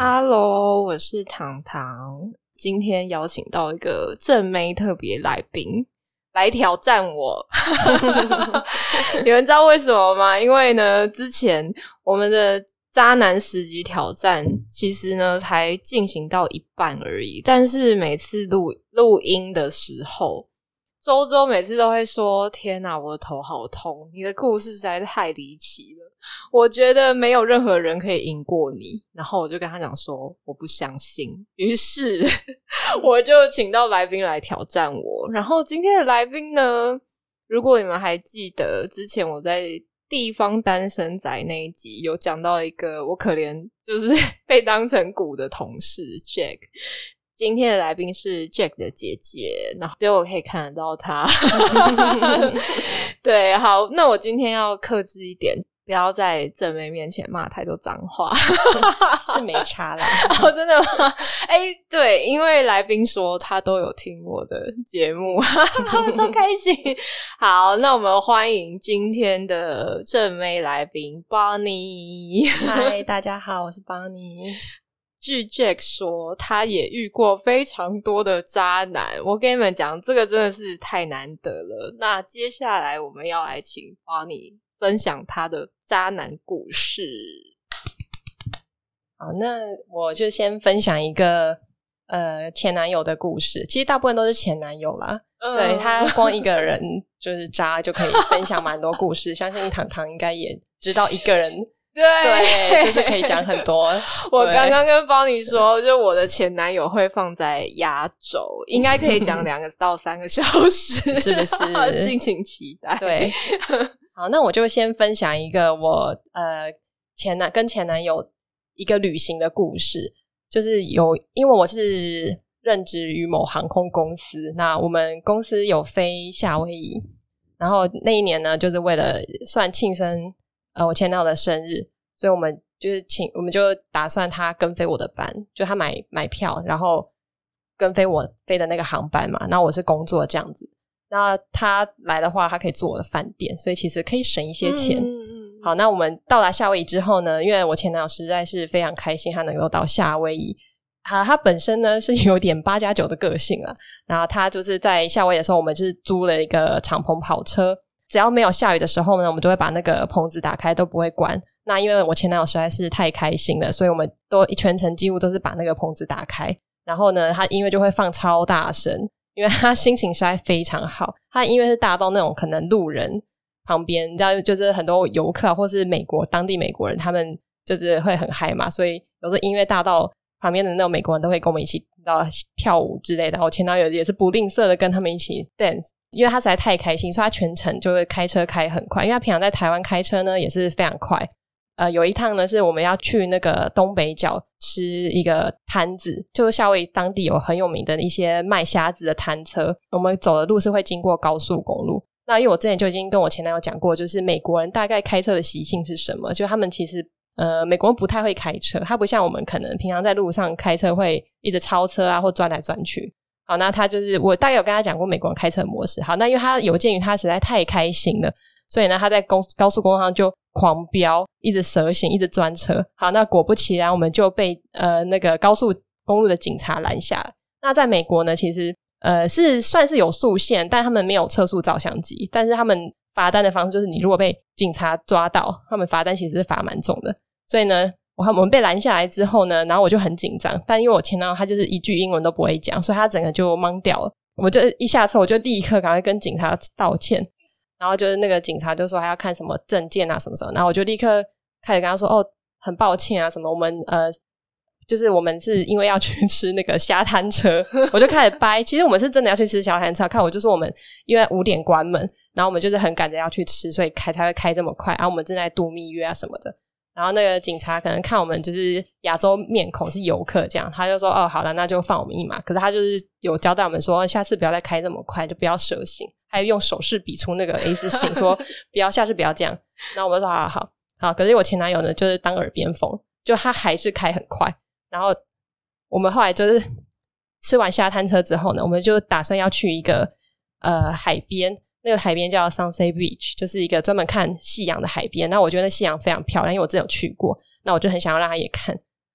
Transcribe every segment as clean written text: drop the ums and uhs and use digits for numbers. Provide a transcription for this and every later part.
Hello， 我是糖糖，今天邀请到一个正妹特别来宾来挑战我。你们知道为什么吗？因为呢，之前我们的渣男10集挑战其实呢才进行到一半而已，但是每次录音的时候，周每次都会说，天哪，我的头好痛，你的故事实在是太离奇了，我觉得没有任何人可以赢过你。然后我就跟他讲说我不相信，于是我就请到来宾来挑战我。然后今天的来宾呢，如果你们还记得之前我在地方单身仔那一集有讲到一个我可怜就是被当成鼓的同事 Jack，今天的来宾是 Jack 的姐姐，然后就我可以看得到她。对，好，那我今天要克制一点，不要在正妹面前骂太多脏话。 是没差啦。 哦，真的吗？对，因为来宾说他都有听我的节目。超开心。好，那我们欢迎今天的正妹来宾 Bonnie。 嗨，大家好，我是 Bonnie。 据 Jack 说他也遇过非常多的渣男，我跟你们讲，这个真的是太难得了。那接下来我们要来请 Bonnie 分享他的渣男故事。 好，那我就先分享一个前男友的故事，其实大部分都是前男友啦。对，他光一个人就是渣就可以分享蛮多故事。相信糖糖应该也知道一个人。对，就是可以讲很多。 我刚刚跟邦尼说，就我的前男友会放在压轴，应该可以讲2到3个小时， 是不是？ 敬请期待。 对，好，那我就先分享一个我跟前男友一个旅行的故事。就是因为我是任职于某航空公司，那我们公司有飞夏威夷，然后那一年呢，就是为了算庆生我前男友的生日，所以我们就打算他跟飞我的班，就他买票，然后跟飞我飞的那个航班嘛，然后我是工作这样子。那他来的话，他可以住我的饭店，所以其实可以省一些钱。好，那我们到达夏威夷之后呢，因为我前男友实在是非常开心他能够到夏威夷。他本身呢是有点8+9的个性啦，然后他就是在夏威夷的时候，我们是租了一个敞篷跑车，只要没有下雨的时候呢，我们就会把那个棚子打开，都不会关。那因为我前男友实在是太开心了，所以我们都全程几乎都是把那个棚子打开，然后呢他音乐就会放超大声，因为他心情实在非常好。他的音乐是大到那种可能路人旁边，你知道，就是很多游客或是当地美国人，他们就是会很嗨嘛，所以有时候音乐大到旁边的那种美国人都会跟我们一起跳舞之类的。我前男友也是不吝啬的跟他们一起 dance， 因为他实在太开心，所以他全程就会开车开很快，因为他平常在台湾开车呢也是非常快。有一趟呢是我们要去那个东北角吃一个摊子，就是夏威夷当地有很有名的一些卖虾子的摊车，我们走的路是会经过高速公路。那因为我之前就已经跟我前男友讲过，就是美国人大概开车的习性是什么，就他们其实美国人不太会开车，他不像我们可能平常在路上开车会一直超车啊或转来转去。好，那他就是我大概有跟他讲过美国人开车的模式。好，那因为他有鉴于他实在太开心了，所以呢他在高速公路上就狂飙，一直蛇行，一直专车。好，那果不其然我们就被那个高速公路的警察拦下了。那在美国呢其实是算是有速限，但他们没有测速照相机，但是他们罚单的方式就是你如果被警察抓到，他们罚单其实是罚蛮重的。所以呢我们被拦下来之后呢，然后我就很紧张，但因为我前男友他就是一句英文都不会讲，所以他整个就懵掉了。我就一下车我就立刻赶快跟警察道歉，然后就是那个警察就说还要看什么证件啊什么什么，然后我就立刻开始跟他说很抱歉啊什么，我们就是我们是因为要去吃那个虾摊车。我就开始掰，其实我们是真的要去吃虾摊车，看我就说我们因为5点关门，然后我们就是很赶着要去吃，所以才会开这么快，然后我们正在度蜜月啊什么的。然后那个警察可能看我们就是亚洲面孔是游客这样，他就说好了那就放我们一马。可是他就是有交代我们说下次不要再开这么快，就不要蛇行，还有用手势比出那个 S 型说不要，下次不要这样。然后我们就说好。可是我前男友呢就是当耳边风，就他还是开很快。然后我们后来就是吃完虾摊车之后呢，我们就打算要去一个海边，那个海边叫 Sunset Beach， 就是一个专门看夕阳的海边。那我觉得那夕阳非常漂亮，因为我之前有去过，那我就很想要让他也看。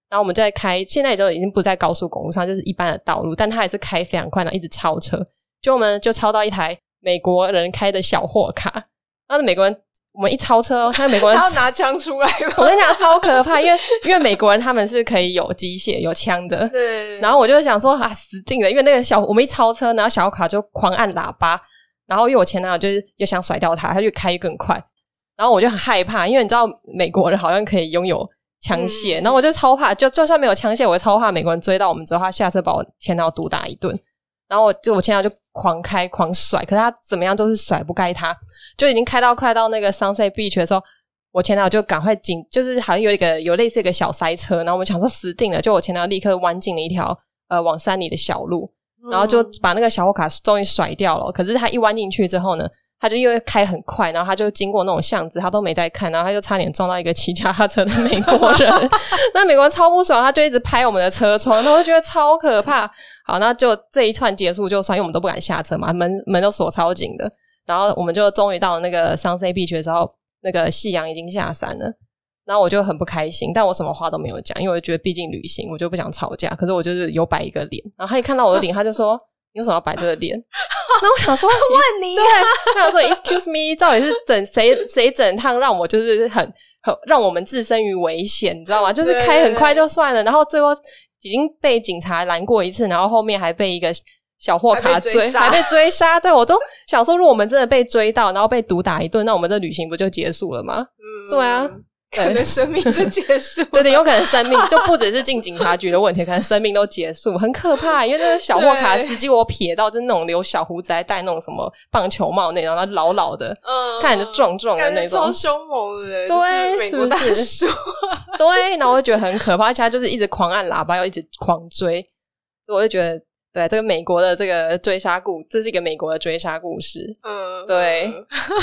然后我们在开，现在已经不在高速公路上，就是一般的道路，但他也是开非常快，然后一直超车，就我们就超到一台美国人开的小货卡，然后美国人我们一超车哦，他美国人他要拿枪出来吗？ 我跟你讲超可怕，因为美国人他们是可以有机械有枪的， 对。 然后我就想说啊，死定了，因为那个我们一超车，然后小卡就狂按喇叭，然后因为我前男友就是又想甩掉他就开更快，然后我就很害怕，因为你知道美国人好像可以拥有枪械，然后我就超怕，就算没有枪械，我超怕美国人追到我们之后，他下车把我前男友毒打一顿。然后我前男友就狂开狂甩，可是他怎么样都是甩不开他，就已经开到快到那个 Sunset Beach 的时候，我前男友就赶快就是好像有类似一个小塞车，然后我们想说死定了，就我前男友立刻弯进了一条往山里的小路，然后就把那个小货卡终于甩掉了。可是他一弯进去之后呢，他就因为开很快，然后他就经过那种巷子，他都没在看，然后他就差点撞到一个骑脚踏车的美国人那美国人超不爽，他就一直拍我们的车窗，然后我觉得超可怕。好，那就这一串结束就算，因为我们都不敢下车嘛，门都锁超紧的。然后我们就终于到了那个 Sunset Beach 的时候，那个夕阳已经下山了，然后我就很不开心，但我什么话都没有讲，因为我觉得毕竟旅行，我就不想吵架。可是我就是有摆一个脸，然后他一看到我的脸，他就说你为什么要摆这个脸？那我想说问你、啊， 对，我想说 excuse me， 到底是整谁整趟让我就是很让我们置身于危险，你知道吗？就是开很快就算了，然后最后已经被警察拦过一次，然后后面还被一个小货卡还被追杀。对，我都想说如果我们真的被追到，然后被毒打一顿，那我们的旅行不就结束了吗？对啊， 可能生命就结束了对，有可能生命就不只是进警察局的问题，可能生命都结束，很可怕。因为那个小货卡司机我瞥到就是那种留小胡子还戴那种什么棒球帽那种，然后老老的看着就壮壮的那种， 超凶猛的， 对， 美国大叔是对，然后我就觉得很可怕，而且他就是一直狂按喇叭又一直狂追，所以我就觉得对这个美国的这个追杀这是一个美国的追杀故事。对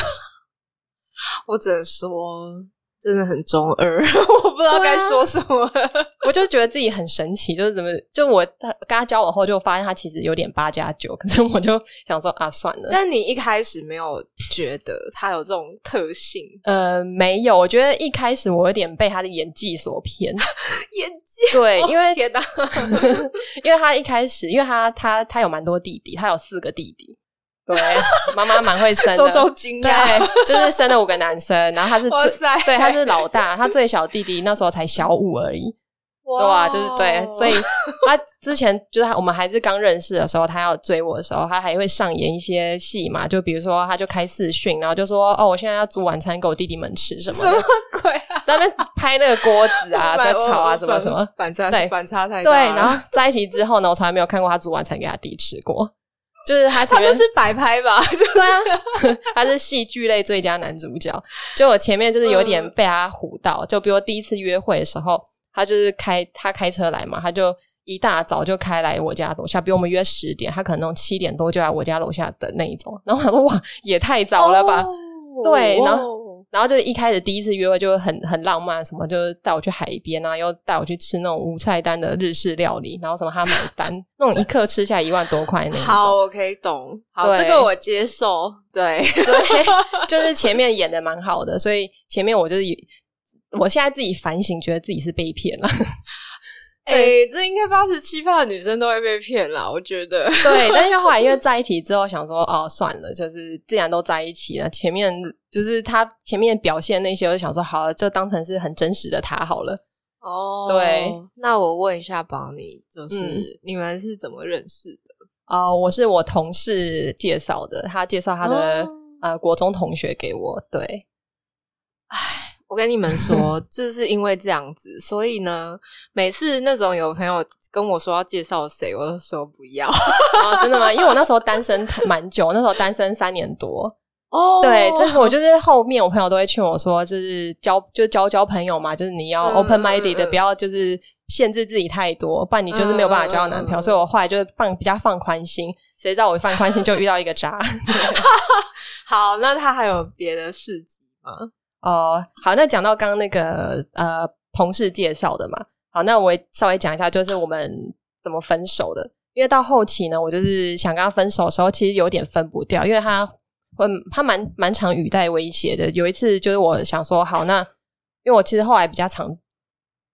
我只能说真的很中二我不知道该说什么了我就觉得自己很神奇，就是怎么就我跟他交往后就发现他其实有点8+9，可是我就想说啊算了。 但你一开始没有觉得他有这种特性？ 没有，我觉得一开始我有点被他的演技所骗演技对，因为天哪因为他一开始因为他有蛮多弟弟，他有4个弟弟，对，妈妈蛮会生的， 周周惊讶， 对，就是生了5个男生，然后他是对，他是老大，他最小弟弟那时候才小5而已，对啊，就是对，所以他之前就是我们还是刚认识的时候，他要追我的时候，他还会上演一些戏嘛，就比如说他就开视讯，然后就说哦，我现在要煮晚餐给我弟弟们吃什么的， 什么鬼啊？ 在那边拍那个锅子啊，在炒啊，什么什么反差， 对， 反差太大。 对，然后在一起之后呢，我从来没有看过他煮晚餐给他弟吃过。就是他前面他就是摆拍吧，就是对啊，他是戏剧类最佳男主角。就我前面就是有点被他唬到，就比如第一次约会的时候，他就是他开车来嘛，他就一大早就开来我家楼下，比我们约10点，他可能那种7点多就来我家楼下等那一种。然后我想说哇，也太早了吧？对，然后就一开始第一次约会就很浪漫，什么就带我去海边啊，又带我去吃那种无菜单的日式料理，然后什么他买单那种一客吃下来1万多块那种。 好，我可以懂，好，这个我接受。对， 就是前面演的蛮好的，所以前面我就是我现在自己反省，觉得自己是被骗了。 这应该87%的女生都会被骗啦，我觉得。 对，但是后来因为在一起之后想说哦算了，就是既然都在一起了，前面就是他前面表现那些我就想说好了，就当成是很真实的他好了。 哦， 对， 那我问一下宝妮，就是你们是怎么认识的？ 我是我同事介绍的，他介绍他的国中同学给我。对， 唉，我跟你们说就是因为这样子，所以呢每次那种有朋友跟我说要介绍谁，我都说不要。 真的吗？因为我那时候单身蛮久，那时候单身3年多。 哦， 对，这是我就是后面我朋友都会劝我说，就是交朋友嘛，就是你要 open minded 的，不要就是限制自己太多，不然你就是没有办法交到男朋友。所以我后来就比较放宽心，谁知道我一放宽心就遇到一个渣。 好，那他还有别的事迹吗？ 好，那讲到刚刚那个同事介绍的嘛，好，那我稍微讲一下，就是我们怎么分手的。因为到后期呢，我就是想跟他分手的时候，其实有点分不掉，因为他蛮常语带威胁的。有一次就是我想说好，那因为我其实后来比较常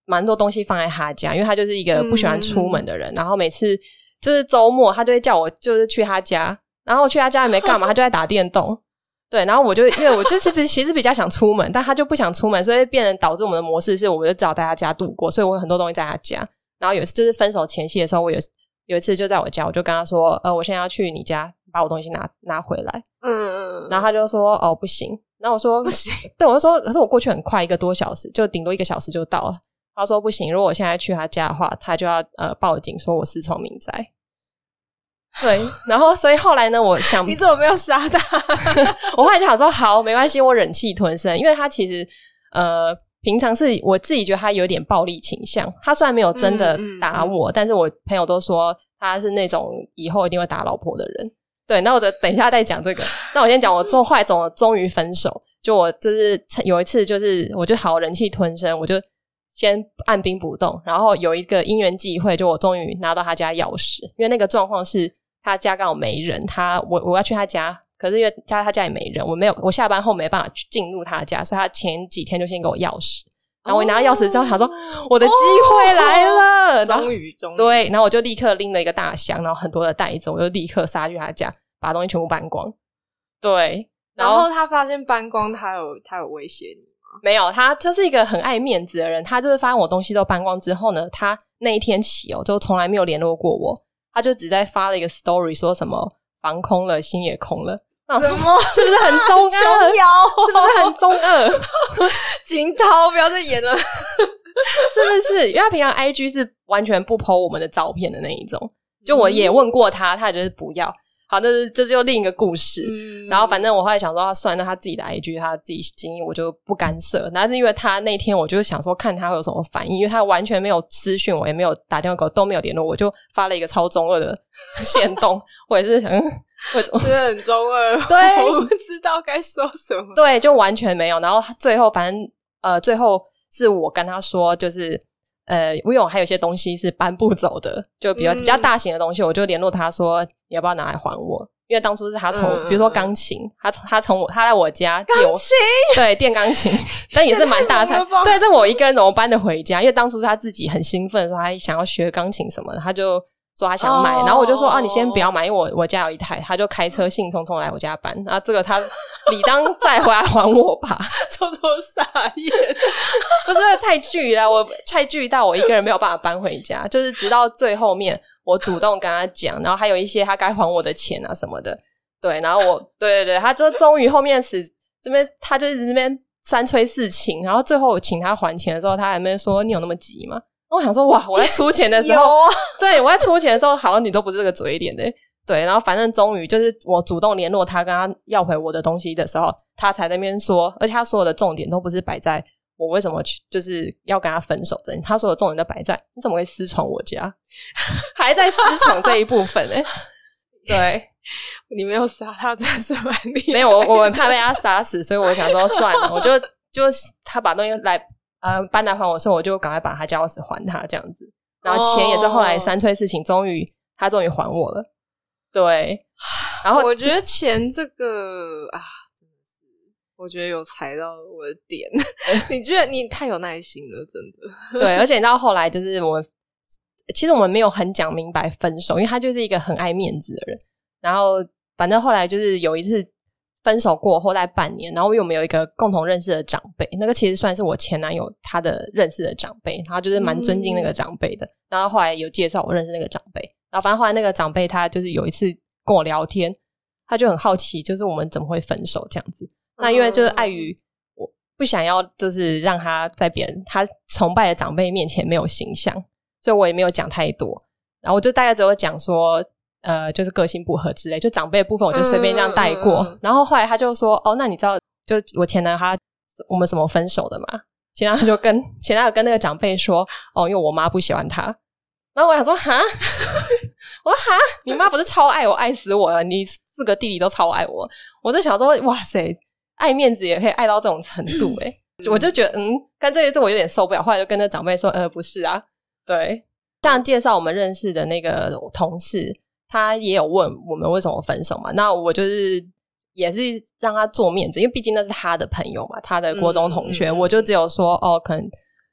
蛮多东西放在他家，因为他就是一个不喜欢出门的人，然后每次就是周末他就会叫我就是去他家，然后我去他家也没干嘛，他就在打电动。对，然后我就因为我就是其实比较想出门，但他就不想出门，所以变成导致我们的模式是我们就只好在他家度过，所以我有很多东西在他家。然后有一次就是分手前夕的时候，我有一次就在我家，我就跟他说我现在要去你家把我东西拿回来。然后他就说不行。然后我说不行，对，我就说可是我过去很快，1个多小时，就顶多1个小时就到了。他说不行，如果我现在去他家的话，他就要报警说我私闯民宅。对，然后所以后来呢，我想你怎么没有杀他？ 我后来就想说好，没关系，我忍气吞声，因为他其实平常是我自己觉得他有点暴力倾向，他虽然没有真的打我，但是我朋友都说他是那种以后一定会打老婆的人。对，那我等一下再讲这个。那我先讲我后来终于分手，就我就是有一次就是我就好忍气吞声，我就先按兵不动，然后有一个因缘际会，就我终于拿到他家钥匙，因为那个状况是他家刚好没人，我要去他家，可是因为他家也没人，我下班后没办法去进入他家，所以他前几天就先给我钥匙。然后我一拿到钥匙之后想说我的机会来了， 终于对，然后我就立刻拎了一个大箱，然后很多的袋子，我就立刻杀去他家，把东西全部搬光。对， 然后他发现搬光，他有威胁你吗？ 没有，他是一个很爱面子的人，他就是发现我东西都搬光之后呢，他那一天起就从来没有联络过我，他就只在发了一个 story 说什么房空了心也空了。 什么？ 是不是很中二？ 琼瑶是不是很中二？ 金涛不要再演了。 是不是？因为他平常 IG 是完全不 po 我们的照片的那一种，就我也问过他，他也就是不要。好，这就另一个故事。然后反正我后来想说算了，他自己的 IG 他自己经营，我就不干涉。但是因为他那天我就想说看他会有什么反应，因为他完全没有私讯我，也没有打电话给我，都没有联络我，就发了一个超中二的限动。我也是想真的很中二。 对， 我不知道该说什么。 对，就完全没有。然后最后反正最后是我跟他说，就是因为我还有些东西是搬不走的，就比较大型的东西，我就联络他说你要不要拿来还我？因为当初是他从比如说钢琴，他来我家借我钢琴， 对，电钢琴，但也是蛮大台。对，这我一个人怎么搬得回家？因为当初是他自己很兴奋说他想要学钢琴什么的，他就说他想买，然后我就说你先不要买，因为我家有一台，他就开车兴冲冲来我家搬。然后这个他理当再回来还我吧。 偷偷傻眼。 不是太巨了，我太巨到我一个人没有办法搬回家，就是直到最后面我主动跟他讲，然后还有一些他该还我的钱啊什么的。对，然后对，他就终于后面这边他就一直那边三催四请，然后最后我请他还钱的时候，他还没说你有那么急吗？我想说哇，我在出钱的时候对，我在出钱的时候好像你都不是这个嘴脸的。对，然后反正终于就是我主动联络他跟他要回我的东西的时候，他才在那边说，而且他所有的重点都不是摆在我为什么就是要跟他分手这，他所有的重点都摆在你怎么会私闯我家，还在私闯这一部分对， 你没有杀他真的是蛮厉害的。 没有，我怕被他杀死，所以我想说算了，我就他把东西来搬来还我的时候，我就赶快把他钥匙还他这样子，然后钱也是后来三催四请，他终于还我了。对，然后我觉得钱这个真的是，我觉得有踩到我的点。你觉得你太有耐心了，真的。 对，而且到后来就是其实我们没有很讲明白分手，因为他就是一个很爱面子的人。然后反正后来就是有一次分手过后大概半年，然后因为我们有一个共同认识的长辈，那个其实算是我前男友他的认识的长辈，他就是蛮尊敬那个长辈的。然后后来有介绍我认识那个长辈，然后反正后来那个长辈他就是有一次跟我聊天，他就很好奇就是我们怎么会分手这样子。那因为就是碍于我不想要就是让他在他崇拜的长辈面前没有形象，所以我也没有讲太多。然后我就大概只有讲说就是个性不合之类，就长辈的部分我就随便这样带过。然后后来他就说那你知道就我前男友我们什么分手的吗？前男友就跟那个长辈说因为我妈不喜欢他。然后我想说哈，我说哈，你妈不是超爱我，爱死我了，你4个弟弟都超爱我。我就想说哇塞，爱面子也可以爱到这种程度我就觉得跟这一次我有点受不了，后来就跟那长辈说不是啊。对，像介绍我们认识的那个同事，他也有问我们为什么分手嘛，那我就是也是让他做面子，因为毕竟那是他的朋友嘛，他的国中同学，我就只有说可能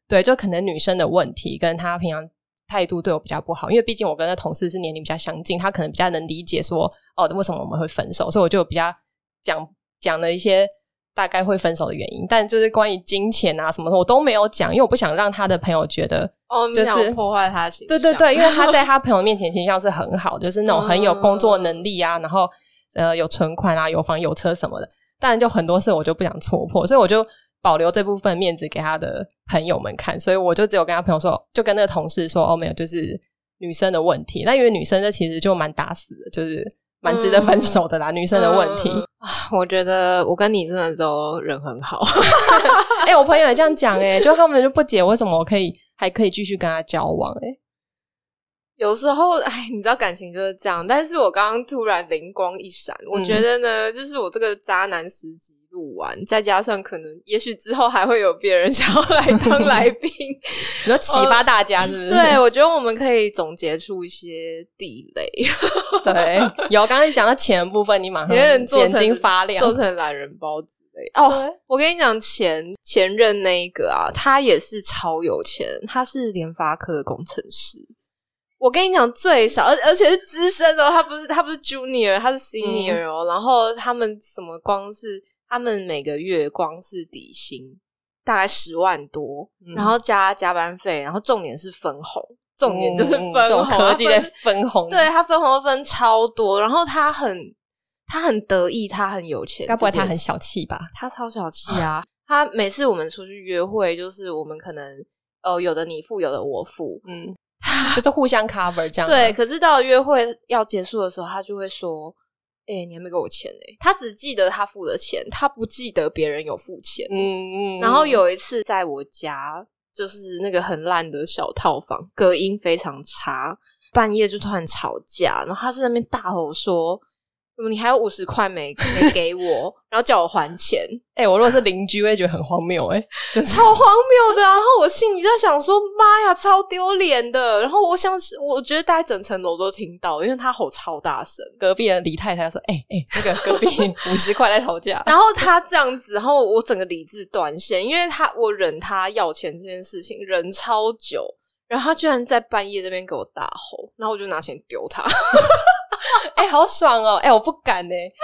对，就可能女生的问题跟她平常态度对我比较不好，因为毕竟我跟那同事是年龄比较相近，他可能比较能理解说为什么我们会分手，所以我就比较讲了一些大概会分手的原因，但就是关于金钱啊什么的我都没有讲，因为我不想让他的朋友觉得你想破坏他的形象。 对对对，因为他在他朋友面前形象是很好，就是那种很有工作能力啊，然后有存款啊，有房有车什么的，当然就很多事我就不想戳破，所以我就保留这部分面子给他的朋友们看，所以我就只有跟他朋友说，就跟那个同事说没有，就是女生的问题。那因为女生这其实就蛮打死的，就是蛮值得分手的啦，女生的问题。 我觉得我跟你真的都人很好。 我朋友也这样讲就他们就不解为什么我还可以继续跟他交往有时候你知道感情就是这样，但是我刚刚突然灵光一闪，我觉得呢就是我这个渣男10集录完，再加上可能也许之后还会有别人想要来当来宾你说启发大家是不是？ 对，我觉得我们可以总结出一些地雷。 对，有刚才讲到钱的部分，你马上眼睛发亮， 做成懒人包之类我跟你讲前任那一个啊，他也是超有钱，他是联发科的工程师。我跟你讲最少而且是资深他不是 junior， 他是 senior 然后他们什么光是他们每个月光是底薪大概10万多，然后加班费，然后重点是分红，重点就是分红， 科技的分红， 对，他分红分超多，然后他很得意，他很有钱， 该不会他很小气吧？ 他超小气啊！他每次我们出去约会，就是我们可能有的你付，有的我付， 就是互相 cover 这样。 对，可是到了约会要结束的时候，他就会说你还没给我钱他只记得他付的钱，他不记得别人有付钱。然后有一次在我家，就是那个很烂的小套房，隔音非常差，半夜就突然吵架，然后他在那边大吼说你还有50块没给我然后叫我还钱。 我如果是邻居会觉得很荒谬就超荒谬的然后我心里就在想说妈呀超丢脸的，然后我觉得大概整层楼都听到，因为他吼超大声， 隔壁的李太太说那个隔壁50块在吵架然后他这样子，然后我整个理智断线，因为我忍他要钱这件事情忍超久，然后他居然在半夜这边给我大吼，然后我就拿钱丢他好爽我不敢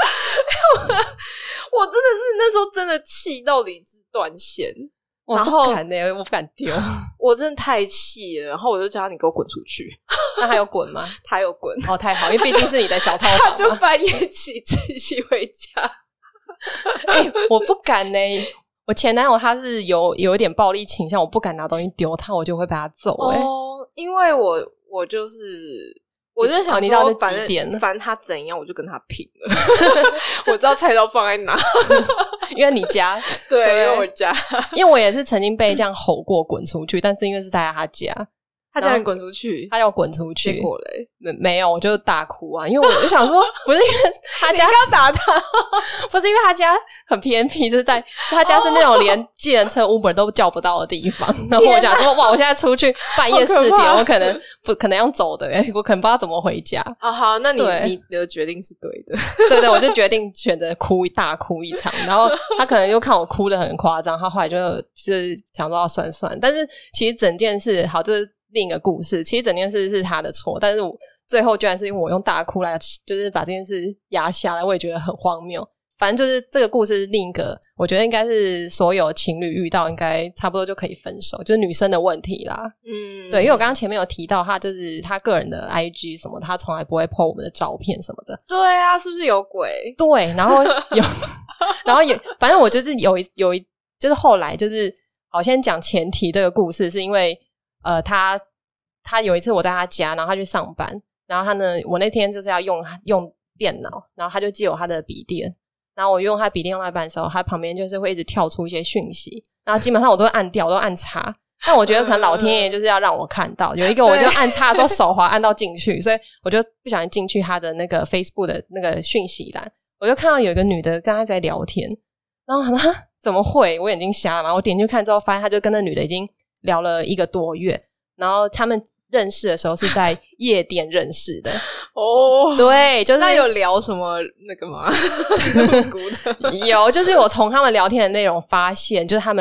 我真的是那时候真的气到理智断线， 我不敢我不敢丢我真的太气了，然后我就叫他你给我滚出去。 那他有滚吗？ 他有滚太好，因为毕竟是你的小套房他就半夜起自己回家我不敢我前男友他是有一点暴力倾向，我不敢拿东西丢他，我就会被他揍因为我就想你到底几点反正他怎样我就跟他拼了我知道菜刀放在哪因为你家对，因为我家因为我也是曾经被这样吼过滚出去，但是因为是在他家， 他叫你滚出去， 他要滚出去， 结果嘞没有，我就大哭啊，因为我就想说不是因为他家你刚打他不是因为他家很偏僻，就是他家是那种连计程车 Uber 都叫不到的地方然后我想说哇，我现在出去半夜4点我可能要走的我可能不知道怎么回家好，那你的决定是对的对，我就决定选择大哭一场然后他可能又看我哭得很夸张，他后来就是想说要算，但是其实整件事好，这是另一个故事，其实整件事是他的错，但是我最后居然是因为我用大哭来就是把这件事压下来，我也觉得很荒谬。反正就是这个故事另一个我觉得应该是所有情侣遇到应该差不多就可以分手，就是女生的问题啦。对，因为我刚刚前面有提到他就是他个人的 IG 什么他从来不会 po 我们的照片什么的。 对啊，是不是有鬼？ 对，然后反正我就是有就是后来就是好先讲前提这个故事是因为他有一次我在他家，然后他去上班，然后他呢我那天就是要用电脑，然后他就借我他的笔电，然后我用他笔电用到一半的时候，他旁边就是会一直跳出一些讯息，然后基本上我都会按掉，我都按叉，但我觉得可能老天爷就是要让我看到有一个我就按叉的时候手滑按到进去，所以我就不小心进去他的那个 Facebook 的那个讯息栏，我就看到有一个女的跟他在聊天，然后我说怎么会，我眼睛瞎了，然后我点进去看之后发现他就跟那女的已经聊了1个多月，然后他们认识的时候是在夜店认识的对，就是那有聊什么那个吗有，就是我从他们聊天的内容发现，就是他们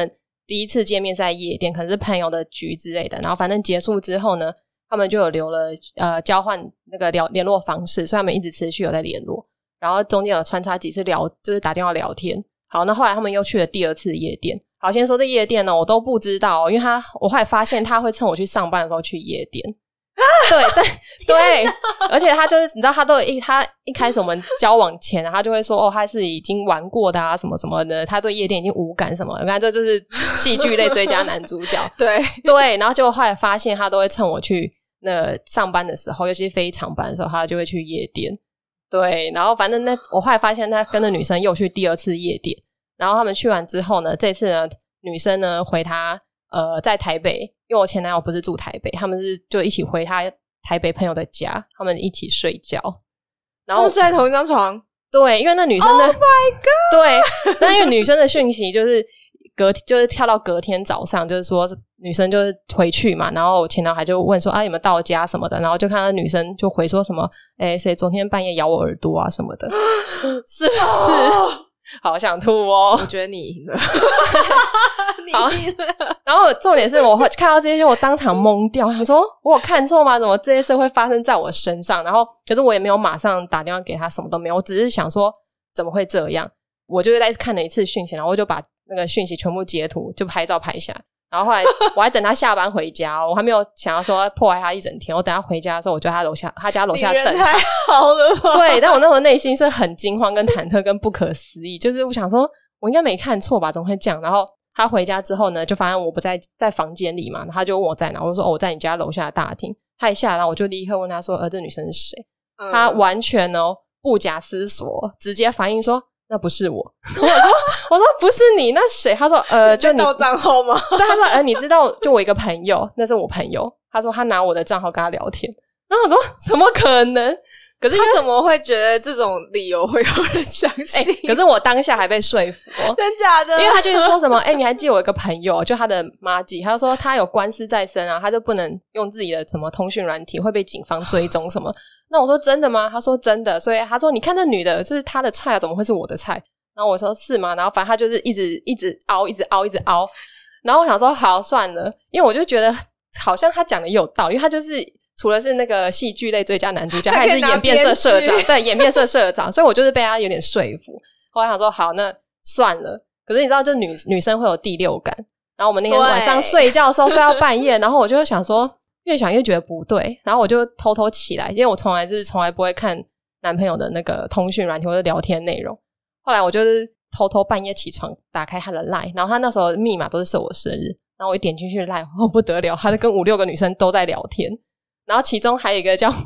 第一次见面在夜店，可能是朋友的局之类的，然后反正结束之后呢，他们就有留了交换那个联络方式，所以他们一直持续有在联络，然后中间有穿插几次就是打电话聊天。好，那后来他们又去了第二次夜店。好，先说这夜店呢，我都不知道因为我后来发现他会趁我去上班的时候去夜店。对，而且他就是你知道他一开始我们交往前他就会说他是已经玩过的啊什么什么的，他对夜店已经无感什么的，你看这就是戏剧类最佳男主角。对，然后结果后来发现他都会趁我去那上班的时候，尤其是非常班的时候，他就会去夜店。对，然后反正我后来发现他跟那女生又去第二次夜店，然后他们去完之后呢，这次呢女生呢回他在台北，因为我前男友不是住台北，他们就一起回他台北朋友的家，他们一起睡觉，然后他们睡在同一张床。 对，因为那女生的 Oh my god 对，那因为女生的讯息就是跳到隔天早上，就是说女生就是回去嘛，然后我前男友还就问说有没有到家什么的，然后就看到女生就回说什么谁昨天半夜咬我耳朵啊什么的。是不是好想吐哦。 我觉得你赢了。 你赢了。然后重点是我看到这些我当场懵掉，我说我有看错吗？怎么这些事会发生在我身上？然后可是我也没有马上打电话给他，什么都没有，我只是想说怎么会这样。我就在看了一次讯息，然后我就把那个讯息全部截图就拍照拍下来，然后后来我还等他下班回家，我还没有想要说破坏他一整天，我等他回家的时候我就在他家楼下等他。 你人太好了吧。 对，但我那时候内心是很惊慌跟忐忑跟不可思议，就是我想说我应该没看错吧，怎么会这样。然后他回家之后呢，就发现我不在房间里嘛，他就问我在哪，我就说我在你家楼下的大厅。他一下来，然后我就立刻问他说这女生是谁。他完全不假思索直接反应说那不是我。我说不是你，那谁？他说就你盗账号吗？ 对，他说你知道就我一个朋友，那是我朋友。他说他拿我的账号跟他聊天，然后我说怎么可能？可是他怎么会觉得这种理由会有人相信？ 可是我当下还被说服真假的？ 因为他就是说什么你还记得我一个朋友，就他的妈记，他就说他有官司在身啊，他就不能用自己的什么通讯软体，会被警方追踪什么。那我说真的吗？他说真的。所以他说你看这女的这是他的菜怎么会是我的菜？然后我说是吗？然后反正他就是一直凹然后我想说好算了，因为我就觉得好像他讲的也有道理，因为他就是除了是那个戏剧类最佳男主角，他也是演变社社长。对，演变社社长。所以我就是被他有点说服。后来想说好那算了。可是你知道就女生会有第六感，然后我们那天晚上睡觉的时候睡到半夜，然后我就想说越想越觉得不对，然后我就偷偷起来，因为我从来不会看男朋友的那个通讯软体或者聊天内容。后来我就是偷偷半夜起床打开他的 LINE， 然后他那时候密码都是设我生日，然后我一点进去 LINE 不得了，他就跟5-6个女生都在聊天，然后其中还有一个叫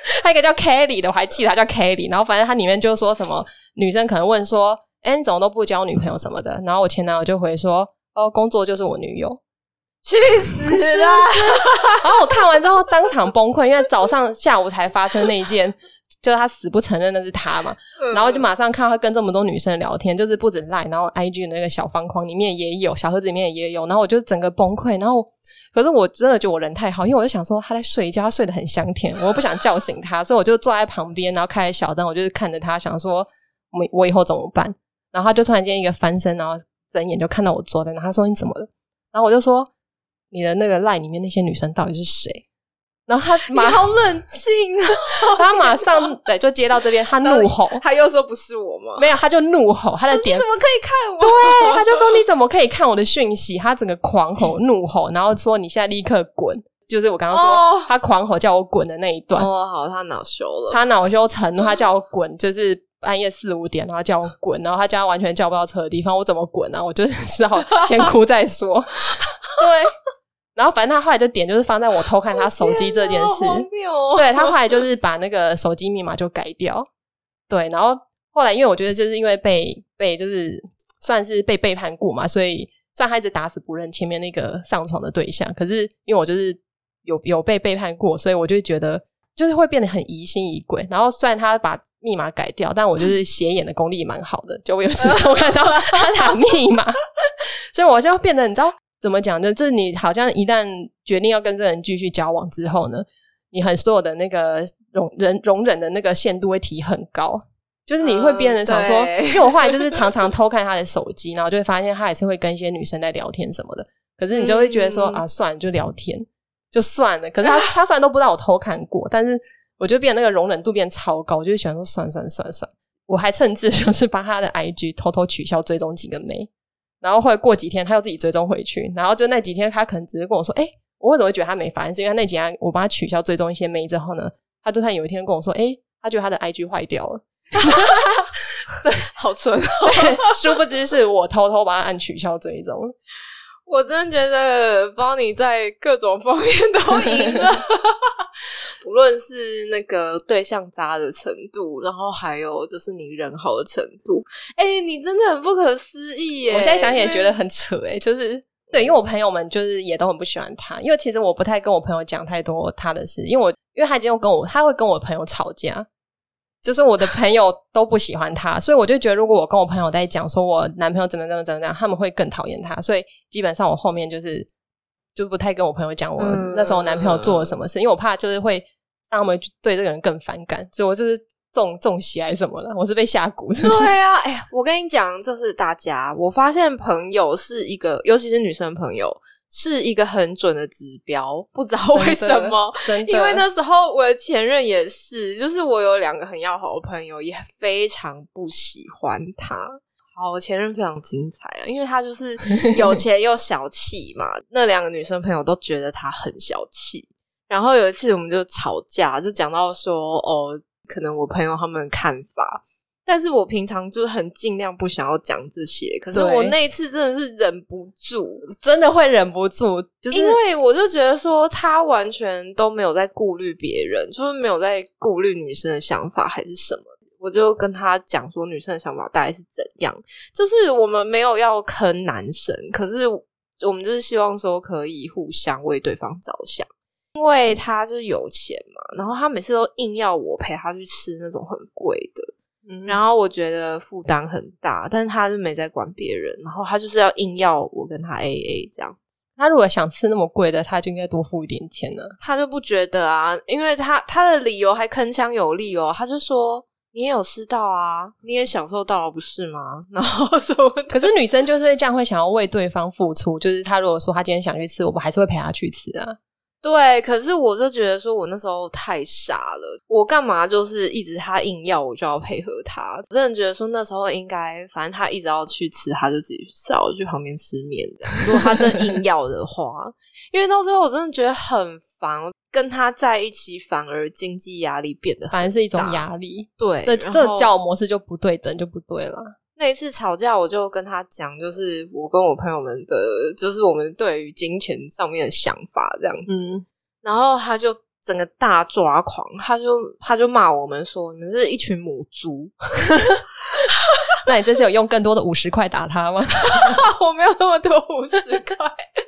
Kelly 的，我还记得他叫 Kelly， 然后反正他里面就说什么女生可能问说你怎么都不交女朋友什么的，然后我前男友就回说工作就是我女友。 去死啦！ 然后我看完之后当场崩溃，因为下午才发生那一件，就是他死不承认那是他嘛，然后就马上看到他跟这么多女生聊天，就是不止 LINE， 然后 IG 的那个小方框里面也有，小盒子里面也有，然后我就整个崩溃。然后可是我真的觉得我人太好，因为我就想说他在睡觉，他睡得很香甜，我不想叫醒他，所以我就坐在旁边，然后开小灯，我就是看着他想说我以后怎么办。然后他就突然间一个翻身，然后睁眼就看到我坐在那，他说你怎么了？然后我就说你的那个 LINE 里面那些女生到底是谁？然后他你好冷静啊！ 他马上对就接到这边，他怒吼， 他又说不是我吗？ 没有，他就怒吼，他的点你怎么可以看我？ 对，他就说你怎么可以看我的讯息？他整个狂吼怒吼，然后说你现在立刻滚，就是我刚刚说他狂吼叫我滚的那一段。 好，他恼羞了， 他恼羞成怒，他叫我滚，就是半夜4-5点，然后叫我滚，然后他家完全叫不到车的地方，我怎么滚啊？我就只好先哭再说。对。然后反正他后来就点就是放在我偷看他手机这件事。对，他后来就是把那个手机密码就改掉。对，然后后来因为我觉得就是因为被就是算是被背叛过嘛，所以虽然他一直打死不认前面那个上床的对象，可是因为我就是有被背叛过，所以我就觉得就是会变得很疑心疑鬼。然后虽然他把密码改掉，但我就是斜眼的功力蛮好的，就我有时候看到他打密码，所以我就变得你知道怎么讲，就是你好像一旦决定要跟这个人继续交往之后呢，你所有的那个容忍的那个限度会提很高， 就是你会变成想说，因为我后来就是常常偷看他的手机，然后就会发现他还是会跟一些女生在聊天什么的，可是你就会觉得说啊，算了，就聊天就算了。可是他虽然都不知道我偷看过，但是我就变那个容忍度变超高，我就喜欢说算了，我还甚至就是把他的 IG 偷偷取消追踪几个妹，然后后来过几天他又自己追踪回去，然后就那几天他可能只是跟我说我为什么会觉得他没反应，是因为那几天我帮他取消追踪一些妹之后呢，他就有一天跟我说他觉得他的 IG 坏掉了对，好蠢哦。 对，殊不知是我偷偷把他按取消追踪。 我真的觉得邦尼在各种方面都赢了不论是那个对象渣的程度，然后还有就是你人好的程度，你真的很不可思议耶。 我现在想起来觉得很扯就是对，因为我朋友们就是也都很不喜欢他，因为其实我不太跟我朋友讲太多他的事，因为他已经他会跟我朋友吵架，就是我的朋友都不喜欢他，所以我就觉得如果我跟我朋友在讲说我男朋友怎么样，他们会更讨厌他，所以基本上我后面就不太跟我朋友讲我那时候男朋友做了什么事，因为我怕就是会让他们对这个人更反感，所以我就是中邪还是什么的，我是被下蛊是不是？ 对啊，我跟你讲，就是大家，我发现朋友是一个，尤其是女生朋友，是一个很准的指标，不知道为什么。 真的， 因为那时候我的前任也是，就是我有2个很要好的朋友，也非常不喜欢他。好，我前任非常精彩啊，因为他就是有钱又小气嘛，那2个女生朋友都觉得他很小气。然后有一次我们就吵架，就讲到说可能我朋友他们的看法，但是我平常就很尽量不想要讲这些，可是我那一次真的是忍不住， 真的会忍不住，就是因为我就觉得说他完全都没有在顾虑别人，就是没有在顾虑女生的想法还是什么，我就跟他讲说女生的想法大概是怎样，就是我们没有要坑男生，可是我们就是希望说可以互相为对方着想。因为他就是有钱嘛，然后他每次都硬要我陪他去吃那种很贵的，然后我觉得负担很大，但是他就没在管别人，然后他就是要硬要我跟他 AA 这样。 他如果想吃那么贵的，他就应该多付一点钱呢。 他就不觉得啊，因为他的理由还铿锵有力哦，他就说你也有吃到啊，你也享受到了不是吗？然后什么的。 可是女生就是这样会想要为对方付出，就是他如果说他今天想去吃，我们还是会陪他去吃啊。 对，可是我就觉得说我那时候太傻了，我干嘛就是一直他硬要我就要配合他，我真的觉得说那时候应该反正他一直要去吃他就自己去吃，我就去旁边吃面这样，如果他真的硬要的话因为到最后我真的觉得很烦，跟他在一起反而经济压力变得很大， 反而是一种压力。 对， 这交友模式就不对等就不对了。 那一次吵架我就跟他讲，就是我跟我朋友们的就是我们对于金钱上面的想法这样子，然后他就整个大抓狂，他就骂我们说你们是一群母猪那你这次有用更多的50块打他吗？ 我没有那么多50块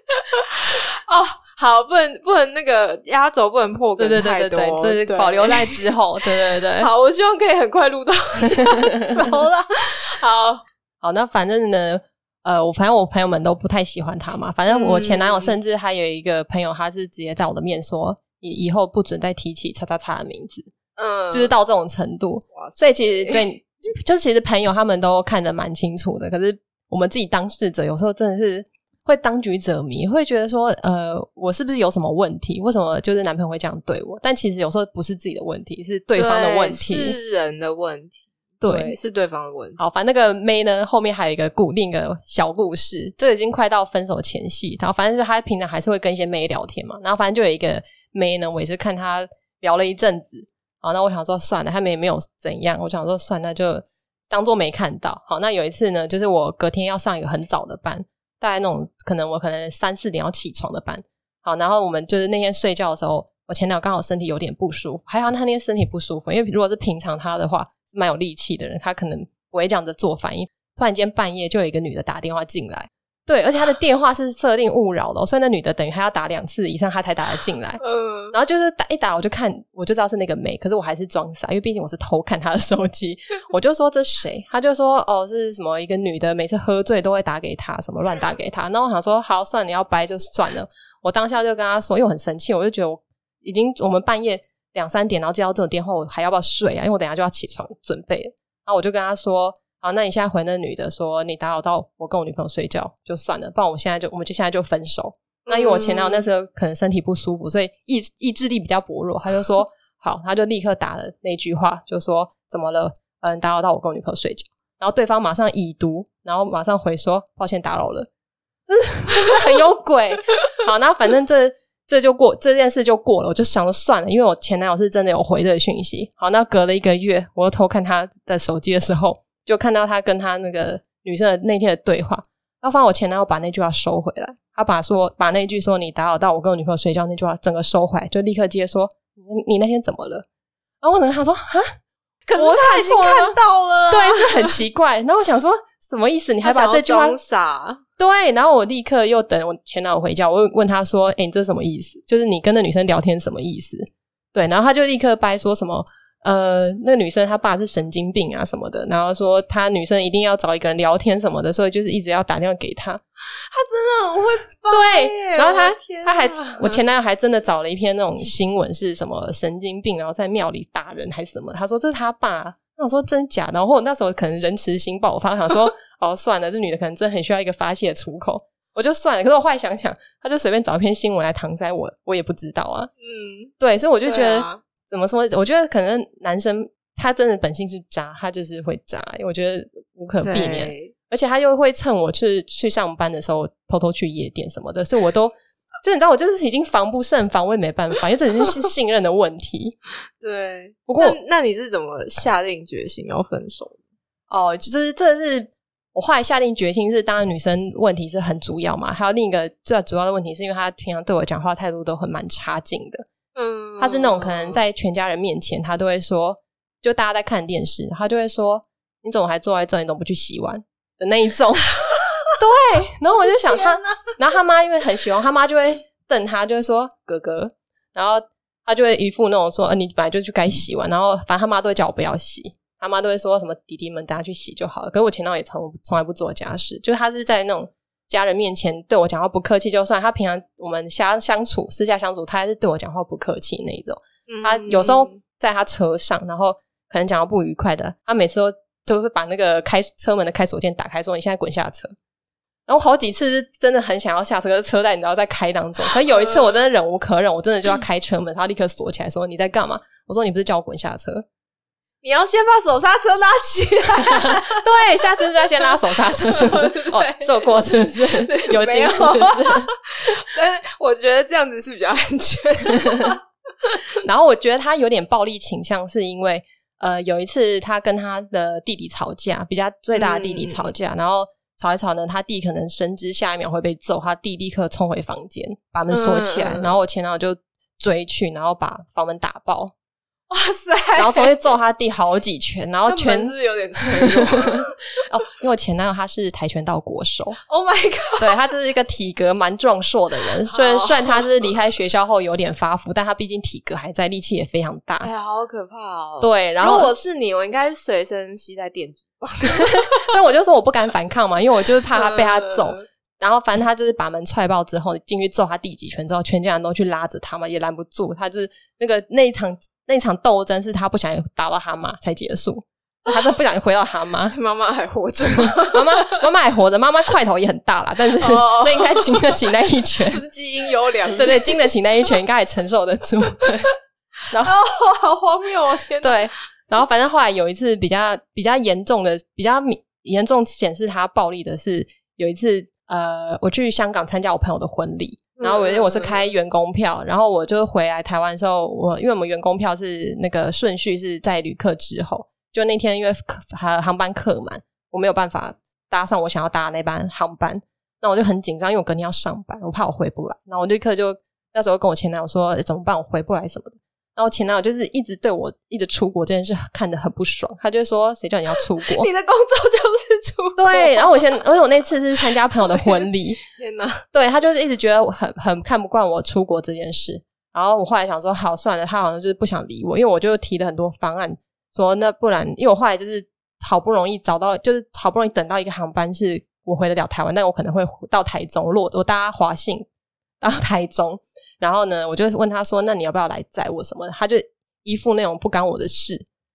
好，不能那个压轴不能破梗太多， 对，这是保留在之后对好，我希望可以很快录到走了好，那反正呢反正我朋友们都不太喜欢他嘛，反正我前男友甚至还有一个朋友，他是直接在我的面说你以后不准再提起叉叉叉的名字，就是到这种程度。所以其实对，就其实朋友他们都看得蛮清楚的，可是我们自己当事者有时候真的是会当局者迷，会觉得说我是不是有什么问题，为什么就是男朋友会这样对我，但其实有时候不是自己的问题，是对方的问题， 是人的问题，对，是对方的问题。 好，反正那个妹呢后面还有一个另一个小故事，这已经快到分手前夕，然后反正就他平常还是会跟一些妹聊天嘛，然后反正就有一个妹呢，我也是看他聊了一阵子，好，那我想说算了，他们也没有怎样，我想说算了，那就当作没看到。好，那有一次呢，就是我隔天要上一个很早的班，大概那种可能3、4点要起床的班。好，然后我们就是那天睡觉的时候，我前男友刚好身体有点不舒服，还好他那天身体不舒服，因为如果是平常他的话是蛮有力气的人，他可能不会这样子做反应。突然间半夜就有一个女的打电话进来，对，而且他的电话是设定勿扰的，所以那女的等于他要打2次以上他才打得进来。然后就是一打我就看，我就知道是那个妹，可是我还是装傻，因为毕竟我是偷看他的手机。我就说这谁？他就说是什么一个女的，每次喝醉都会打给他，什么乱打给他。那我想说好，算了，你要掰就算了。我当下就跟他说，因为我很生气，我就觉得我们半夜2、3点，然后接到这种电话，我还要不要睡啊？因为我等一下就要起床准备了。 然后我就跟他说好，那你现在回那女的说你打扰到我跟我女朋友睡觉就算了，不然我们现在就分手。那因为我前男友那时候可能身体不舒服，所以意志力比较薄弱，他就说好，他就立刻打了那句话，就说怎么了，打扰到我跟我女朋友睡觉。然后对方马上已读，然后马上回说抱歉打扰了，真是很有鬼。好，那反正这件事就过了，我就想说算了，因为我前男友是真的有回这个讯息。好，那隔了1个月，我又偷看他的手机的时候，就看到他跟他那个女生的那天的对话，然后发现我前男友把那句话收回来，他把那句说你打扰到我跟我女朋友睡觉那句话整个收回来，就立刻接说你那天怎么了。然后我跟他说啊， 可是他已经看到了对，是很奇怪。然后我想说什么意思，你还把这句话装傻。 对，然后我立刻又等我前男友回家，我问他说你这是什么意思，就是你跟那女生聊天什么意思。对，然后他就立刻掰说什么那个女生她爸是神经病啊什么的，然后说她女生一定要找一个人聊天什么的，所以就是一直要打电话给他。 他真的很会掰对，然后我前男友还真的找了一篇那种新闻，是什么神经病然后在庙里打人还是什么，他说这是他爸。我想说真假的，然后我那时候可能人慈心爆发，想说哦算了，这女的可能真的很需要一个发泄的出口，我就算了。可是我后来想想，他就随便找一篇新闻来搪塞我也不知道啊。对，所以我就觉得怎么说，我觉得可能男生他真的本性是渣，他就是会渣，我觉得无可避免。而且他又会趁我去上班的时候偷偷去夜店什么的，所以我都就你知道我就是已经防不胜防，我也没办法，因为这已经是信任的问题。 对， 不过那你是怎么下定决心要分手的？ 哦，就是这是我后来下定决心是，当然女生问题是很主要嘛，还有另一个最主要的问题是因为她平常对我讲话态度都蛮差劲的。她是那种可能在全家人面前她都会说，就大家在看电视，她就会说你怎么还坐在这，你怎么不去洗碗的那一种。对，然后我就想他，然后他妈因为很喜欢，他妈就会瞪他，就会说哥哥，然后他就会一副那种说你本来就去该洗碗，然后反正他妈都会叫我不要洗，他妈都会说什么弟弟们大家去洗就好了。可是我前男友也从来不做家事，就是他是在那种家人面前对我讲话不客气，就算他平常我们私下相处他还是对我讲话不客气那一种。他有时候在他车上，然后可能讲到不愉快的，他每次都会把那个车门的开锁键打开说你现在滚下车。然后好几次是真的很想要下车，可是车在你知道在开当中。可是有一次我真的忍无可忍，我真的就要开车门，他立刻锁起来说你在干嘛？我说你不是叫我滚下车， 你要先把手刹车拉起来。 对，下次是要先拉手刹车是不是？哦，受过是不是？有经验是不是？ 但是我觉得这样子是比较安全。 然后我觉得他有点暴力倾向，是因为有一次他跟他的弟弟吵架，比较最大的弟弟吵架，然后吵一吵呢，他弟可能深知下一秒会被揍，他弟立刻冲回房间把门锁起来，然后我前男友就追去，然后把房门打爆。 哇塞！ 然后冲去揍他弟好几拳，然后拳是不是有点脆弱？ 哦，因为我前男友他是跆拳道国手。 Oh my god！ 对，他就是一个体格蛮壮硕的人，虽然他是离开学校后有点发福，但他毕竟体格还在，力气也非常大。 哎呀，好可怕哦！ 对，然后如果我是你，我应该是随身携带电子棒。 所以我就说我不敢反抗嘛，因为我就是怕他被他揍。然后反正他就是把门踹爆之后进去揍他弟几拳之后，全家人都去拉着他嘛，也拦不住他，就是那一场斗争是他不小心打到他妈才结束，他是不小心回到他妈。 妈妈还活着吗？ 妈妈还活着，妈妈块头也很大啦，但是所以应该经得起那一拳。 不是基因优良， 对，经得起那一拳，应该还承受得住。对，然后好荒谬哦！天哪， 对，然后反正后来有一次比较严重的、比较严重显示他暴力的是有一次。我去香港参加我朋友的婚礼，然后因为我是开员工票，然后我就回来台湾的时候，因为我们员工票是那个顺序是在旅客之后，就那天因为航班客满，我没有办法搭上我想要搭的那班航班，那我就很紧张，因为我隔天要上班，我怕我回不来，然后我立刻就那时候跟我前男友说怎么办，我回不来什么的。然后前男友就是一直对我一直出国这件事看得很不爽，他就说谁叫你要出国？ 你的工作就是出国。 对，然后而且我那次是参加朋友的婚礼。 天哪！对， 他就是一直觉得我很看不惯我出国这件事。然后我后来想说好算了，他好像就是不想理我，因为我就提了很多方案说那不然，因为我后来就是好不容易等到一个航班是我回得了台湾，但我可能会到台中，我搭华信到台中。然后呢，我就问他说：“那你要不要来载我什么的？”他就一副那种不干我的事。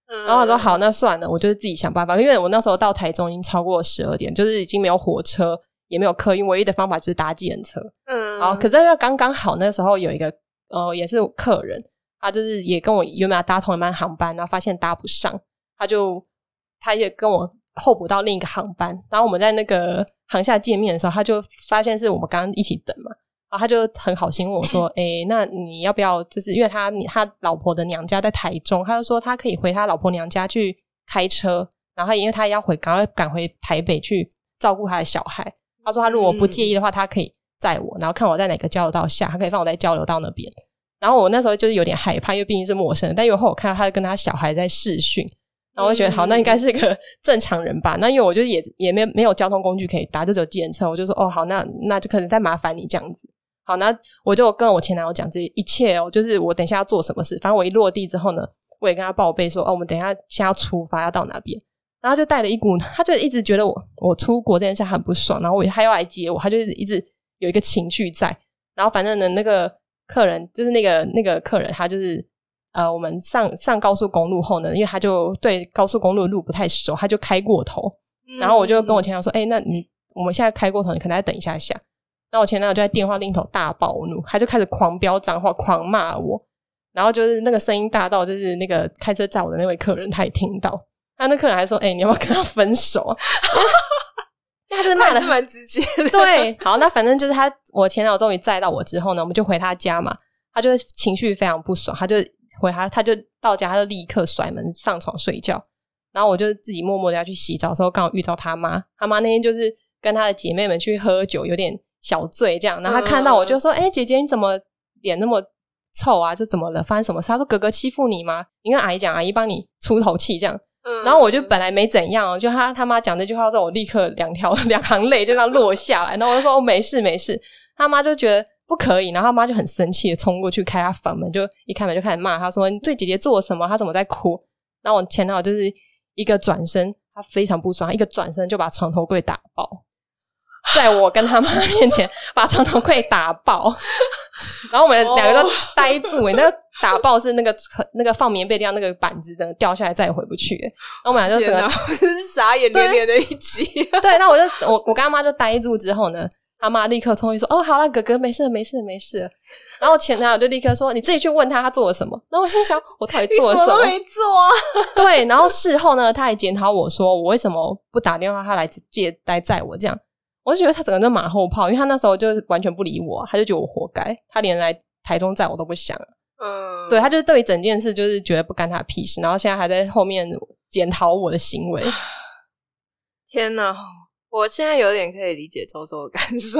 然后他说好，那算了，我就是自己想办法，因为我那时候到台中已经超过12点，就是已经没有火车也没有客运，唯一的方法就是搭计程车。然后可是要刚好那时候有一个也是客人，他就是也跟我原本要搭同一班航班，然后发现搭不上，他也跟我候补到另一个航班，然后我们在那个航厦见面的时候，他就发现是我们刚刚一起等嘛，然后他就很好心问我说那你要不要，就是因为他老婆的娘家在台中，他就说他可以回他老婆娘家去开车，然后因为他要赶回台北去照顾他的小孩，他说他如果不介意的话，他可以载我，然后看我在哪个交流道下，他可以放我在交流道那边。然后我那时候就是有点害怕，因为毕竟是陌生人，但因为后我看到他跟他小孩在视讯，然后我就觉得好，那应该是个正常人吧。那因为我就也没有交通工具可以搭，就只有计程车，我就说好，那就可能再麻烦你这样子。好，那我就跟我前男友讲这一切就是我等一下要做什么事。反正我一落地之后呢，我也跟他报备说我们等一下先要出发，要到哪边。然后就带了一股，他就一直觉得我出国这件事很不爽，然后他要来接我，他就一直有一个情绪在。然后反正呢，那个客人就是那个客人，他就是我们上高速公路后呢，因为他就对高速公路的路不太熟，他就开过头。然后我就跟我前男友说那我们现在开过头，你可能再等一下下。然后我前男友就在电话另一头大暴怒，他就开始狂飙脏话，狂骂我。然后就是那个声音大到就是那个开车载我的那位客人他也听到，那客人还说你要不要跟他分手啊？他是骂的蛮直接的。 对，好，那反正就是我前男友终于载到我之后呢，我们就回他家嘛，他就情绪非常不爽，他就到家，他就立刻甩门上床睡觉。然后我就自己默默的要去洗澡的时候，刚好遇到他妈那天就是跟他的姐妹们去喝酒，有点小醉这样。然后他看到我就说姐姐你怎么脸那么臭啊，就怎么了，发生什么事？他说哥哥欺负你吗？你跟阿姨讲，阿姨帮你出头气这样。然后我就本来没怎样就他妈讲这句话之后，我立刻两行泪就这样落下来。然后我就说没事没事。他妈就觉得不可以，然后他妈就很生气的冲过去开他房门，就一开门就开始骂他说你对姐姐做了什么，他怎么在哭。然后我前男友就是一个转身，他非常不爽，一个转身就把床头柜打爆，在我跟他妈面前把床头柜打爆。然后我们两个都呆住那个打爆是那个放棉被地方那个板子的掉下来再也回不去。然后我们俩就整个是傻眼连连的一集。 对，那我跟他妈就呆住之后呢，他妈立刻冲去说好了哥哥没事没事没事。然后前男友就立刻说你自己去问他做了什么。然后我心想我到底做了什么？ 你什么都没做啊。 对，然后事后呢他还检讨我说我为什么不打电话他来载我这样。我就觉得他整个人马后炮，因为他那时候就完全不理我他就觉得我活该，他连来台中载我都不想。对，他就是对于整件事就是觉得不干他的屁事，然后现在还在后面检讨我的行为。 天哪，我现在有点可以理解周周的感受。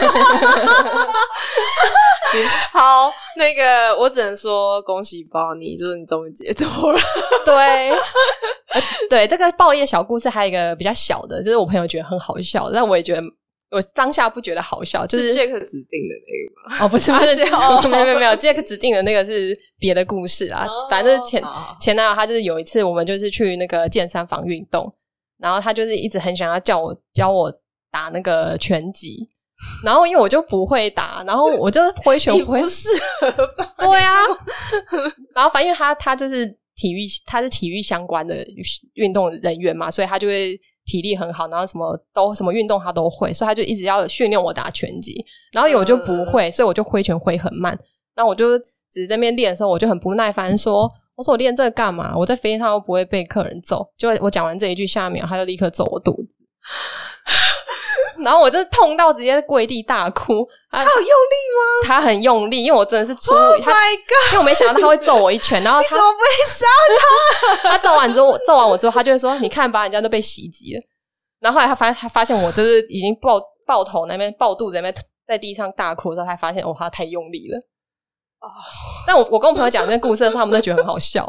好，那个我只能说恭喜包你，就是你终于解脱了。 对对，这个爆裂小故事还有一个比较小的，就是我朋友觉得很好笑，但我也觉得我当下不觉得好笑，就是 Jack 指定的那个吗？ 不是没有Jack 指定的那个是别的故事啦。反正前男友他就是有一次我们就是去那个健身房运动，然后他就是一直很想要教我打那个拳击。然后因为我就不会打，然后我就挥拳不会， 不适合吧？ 对啊。然后反正因为他就是他是体育相关的运动人员嘛，所以他就会体力很好，然后什么运动他都会，所以他就一直要训练我打拳击。然后因为我就不会，所以我就挥拳挥很慢。然后我就只是在那边练的时候，我就很不耐烦说我说我练这个干嘛？我在飞机上又不会被客人揍。就我讲完这一句，下一秒他就立刻揍我肚子。然后我就痛到直接跪地大哭。 他有用力吗？ 他很用力，因为我真的是 Oh my God， 因为我没想到他会揍我一拳。然后你怎么不会杀他？ 他揍完我之后，他就会说你看吧，人家都被袭击了。然后后来他发现我就是已经抱头那边抱肚子那边在地上大哭的时候，才发现他太用力了。但我跟我朋友讲这个故事的时候，他们都觉得很好笑。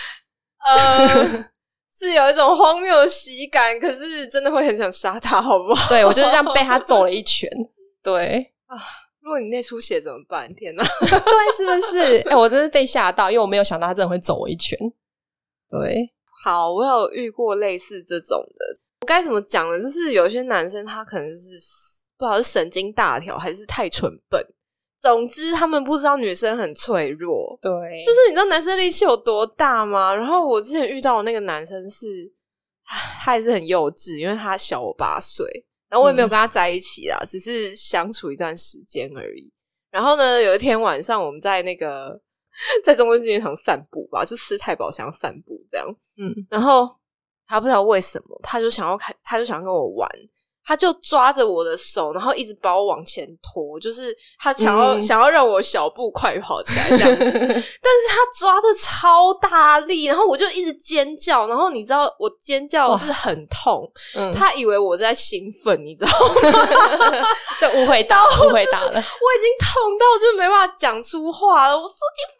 是有一种荒谬的喜感，可是真的会很想杀他，好不好？ 对，我就是这样被他揍了一拳。对如果你内出血怎么办？天哪！ 对，是不是？我真是被吓到，因为我没有想到他真的会揍我一拳。对， 好，我有遇过类似这种的。我该怎么讲呢？就是有些男生他可能就是不知道是神经大条还是太蠢笨， 总之他们不知道女生很脆弱， 对， 就是你知道男生力气有多大吗？然后我之前遇到的那个男生是他也是很幼稚，因为他小我8岁，然后我也没有跟他在一起啦，只是相处一段时间而已。然后呢，有一天晚上我们在那个在中正纪念堂散步吧，就吃太饱想要散步这样，然后他不知道为什么他就想跟我玩，他就抓着我的手，然后一直把我往前拖，就是他想要让我小步快跑起来这样子但是他抓的超大力，然后我就一直尖叫，然后你知道我尖叫是很痛，他以为我在兴奋，你知道吗这误会大了，误会大了，我已经痛到就没办法讲出话了，我说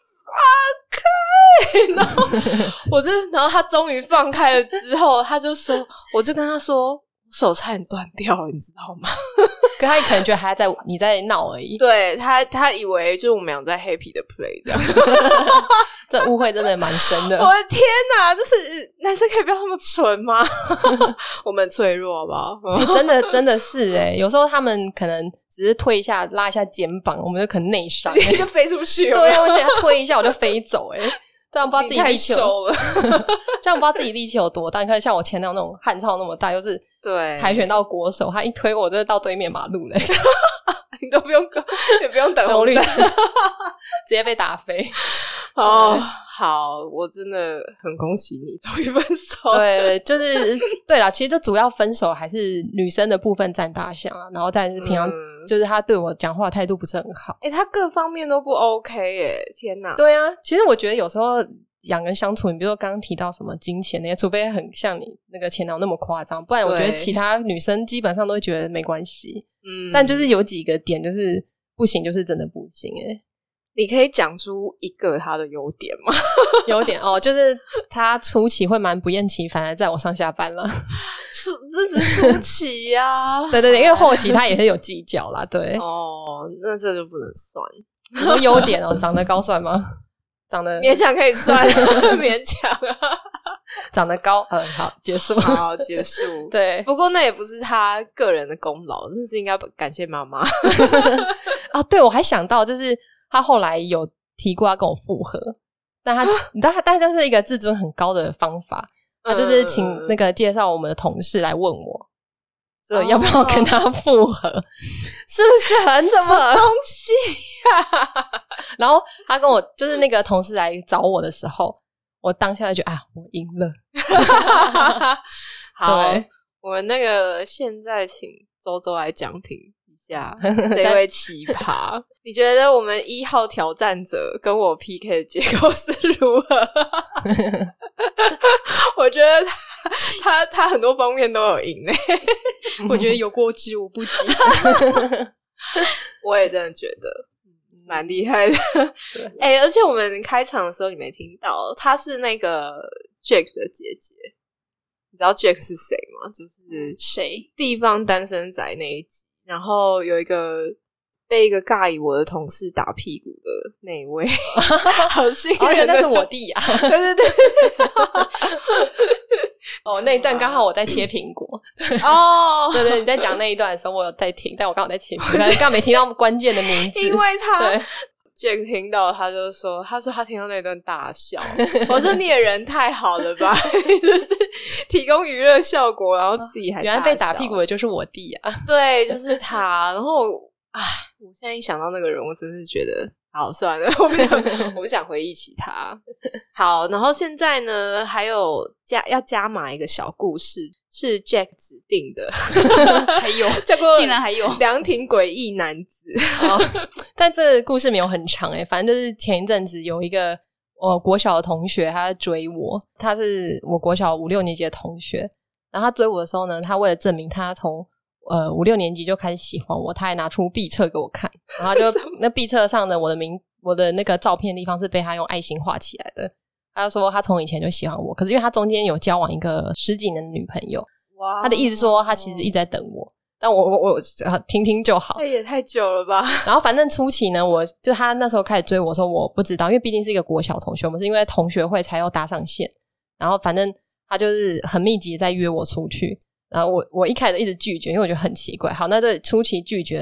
你放开然后他终于放开了之后，他就说，我就跟他说手差点断掉了，你知道吗？ 可他可能觉得你在闹而已。 对，他以为就是我们俩在 happy 的 play 这样。 这误会真的蛮深的。 我的天哪，就是男生可以不要那么蠢吗？我们很脆弱好不好？ 真的是有时候他们可能只是推一下拉一下肩膀，我们就可能内伤就飞出去了。 对啊，我等下推一下我就飞走这样不知道自己力气了， 这样不知道自己力气有多大。你看像我前男友那种汉超那么大，又是对跆拳道国手，他一推我真的到对面马路了你都不用也不用等红绿灯直接被打飞。 好，我真的很恭喜你终于分手。 对，就是对啦，其实就主要分手还是女生的部分占大项啊，然后再是平常就是他对我讲话态度不是很好。 他各方面都不 OK 耶，天哪。 对啊，其实我觉得有时候两个人相处，你比如说刚刚提到什么金钱那些，除非很像你那个前男友那么夸张，不然我觉得其他女生基本上都会觉得没关系。但就是有几个点就是不行，就是真的不行你可以讲出一个他的优点吗？ 优点就是他初期会蛮不厌其烦的载我上下班了。 这只是初期呀对对对，因为后期他也是有计较啦。对那这就不能算。 你说优点长得高算吗？长得勉强可以算勉强长得高好结束。 好结束对， 不过那也不是他个人的功劳，这是应该感谢妈妈对，我还想到就是他后来有提过要跟我复合，但你知道但就是一个自尊很高的方法，他就是请那个介绍我们的同事来问我所以要不要跟他复合是不是很扯？ 什么东西然后他跟我就是那个同事来找我的时候，我当下就觉得我赢了好，我们那个现在请周周来讲评一下这位奇葩你觉得我们1号挑战者跟我 PK 的结果是如何我觉得他很多方面都有赢我觉得有过之无不及我也真的觉得蛮厉害的而且我们开场的时候你没听到，她是那个 Jack 的姐姐，你知道 Jack 是谁吗？就是谁？ 地方单身仔那一集，然后有一个被一个尬以我的同事打屁股的那一位好心人那是我弟啊对对对那一段刚好我在切苹果对对，你在讲那一段的时候我有在听，但我刚好在切苹果刚刚没听到关键的名字因为他Jack 听到他就说他听到那段大笑我说你也人太好了吧就是提供娱乐效果然后自己还原来被打屁股的就是我弟啊对就是他然后我现在一想到那个人我真是觉得好算了我不想回忆起他好，然后现在呢还有要加码一个小故事是 Jack 指定的还有叫过竟然还有凉亭诡异男子但这个故事没有很长反正就是前一阵子有一个国小的同学他在追我，他是我国小5、6年级的同学，然后他追我的时候呢，他为了证明他从5、6年级就开始喜欢我，他还拿出毕册给我看，然后就那毕册上的我的那个照片的地方是被他用爱心画起来的，他就说他从以前就喜欢我，可是因为他中间有交往一个10几年的女朋友，他的意思说他其实一直在等我，但我听听就好， 也太久了吧。 然后反正初期呢，就他那时候开始追我的时候，我不知道，因为毕竟是一个国小同学，我们是因为同学会才要搭上线，然后反正他就是很密集的在约我出去，然后我一开始一直拒绝，因为我觉得很奇怪。好，那这初期拒绝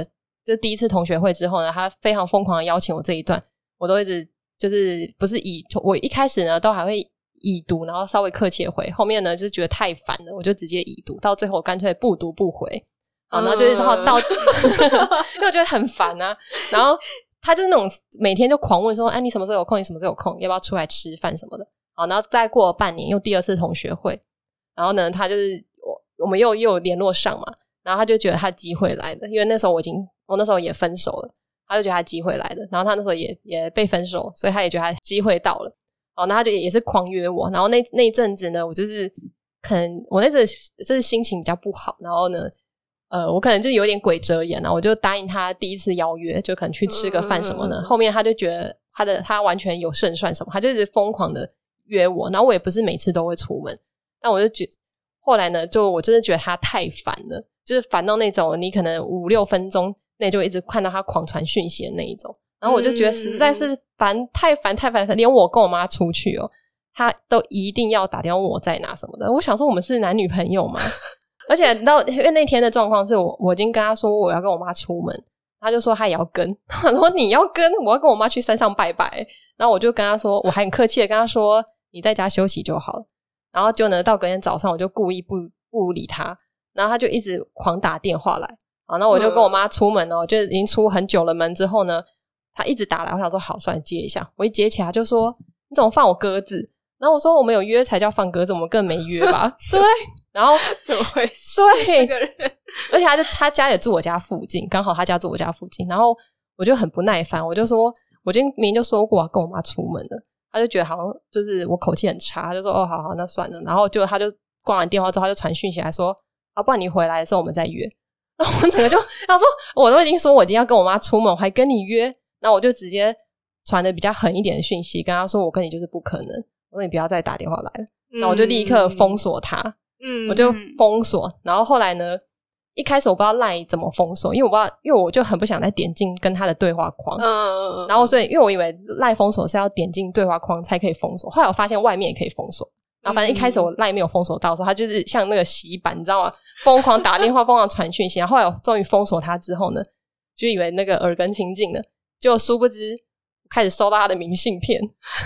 就第一次同学会之后呢，他非常疯狂的邀请我这一段，我都一直就是不是我一开始呢都还会已读，然后稍微客气的回，后面呢就觉得太烦了，我就直接已读，到最后我干脆不读不回。好，然后就是到因为我觉得很烦啊，然后他就是那种每天就狂问说你什么时候有空，你什么时候有空，要不要出来吃饭什么的。好，然后再过了半年又第二次同学会，然后呢他就是我们又有联络上嘛，然后他就觉得他机会来了，因为那时候我那时候也分手了，他就觉得他机会来了，然后他那时候也被分手，所以他也觉得他机会到了。好，那他就也是狂约我，然后那一阵子呢，我就是可能我那阵就是心情比较不好，然后呢我可能就有点鬼遮眼，然后我就答应他第一次邀约，就可能去吃个饭什么的。后面他就觉得他完全有胜算什么，他就一直疯狂的约我，然后我也不是每次都会出门，但我就觉得后来呢，就我真的觉得他太烦了，就是烦到那种你可能5-6分钟内就一直看到他狂传讯息的那一种。然后我就觉得实在是太烦，连我跟我妈出去他都一定要打电话问我在哪什么的。我想说我们是男女朋友嘛。而且你知道，因为那天的状况是我已经跟他说我要跟我妈出门，他就说他也要跟，然后你要跟，我要跟我妈去山上拜拜。然后我就跟他说，我还很客气的跟他说你在家休息就好了。然后就呢到隔天早上我就故意不理他，然后他就一直狂打电话来。好，那我就跟我妈出门就已经出很久了门之后呢，他一直打来，我想说好算了接一下，我一接起来他就说你怎么放我鸽子？然后我说我们有约才叫放鸽子，我们根本没约吧。对，然后怎么回事？ 对， 这个人， 而且他家也住我家附近，刚好他家住我家附近，然后我就很不耐烦，我就说我今天明明就说过要跟我妈出门的，他就觉得好像就是我口气很差，他就说好那算了，然后他就挂完电话之后他就传讯息来说不然你回来的时候我们再约。然后我整个就他说我都已经说我今天要跟我妈出门，我还跟你约，然后我就直接传的比较狠一点的讯息跟他说我跟你就是不可能，我说你不要再打电话来了。然后我就立刻封锁他，我就封锁。然后后来呢，一开始我不知道 LINE 怎么封锁，因为我就很不想再点进跟他的对话框，然后所以因为我以为 LINE 封锁是要点进对话框才可以封锁，后来我发现外面也可以封锁。然后反正一开始我 LINE 没有封锁到的时候，他就是像那个洗版你知道吗，疯狂打电话疯狂传讯息。然后后来我终于封锁他之后呢，就以为那个耳根清净了，结果殊不知开始收到他的明信片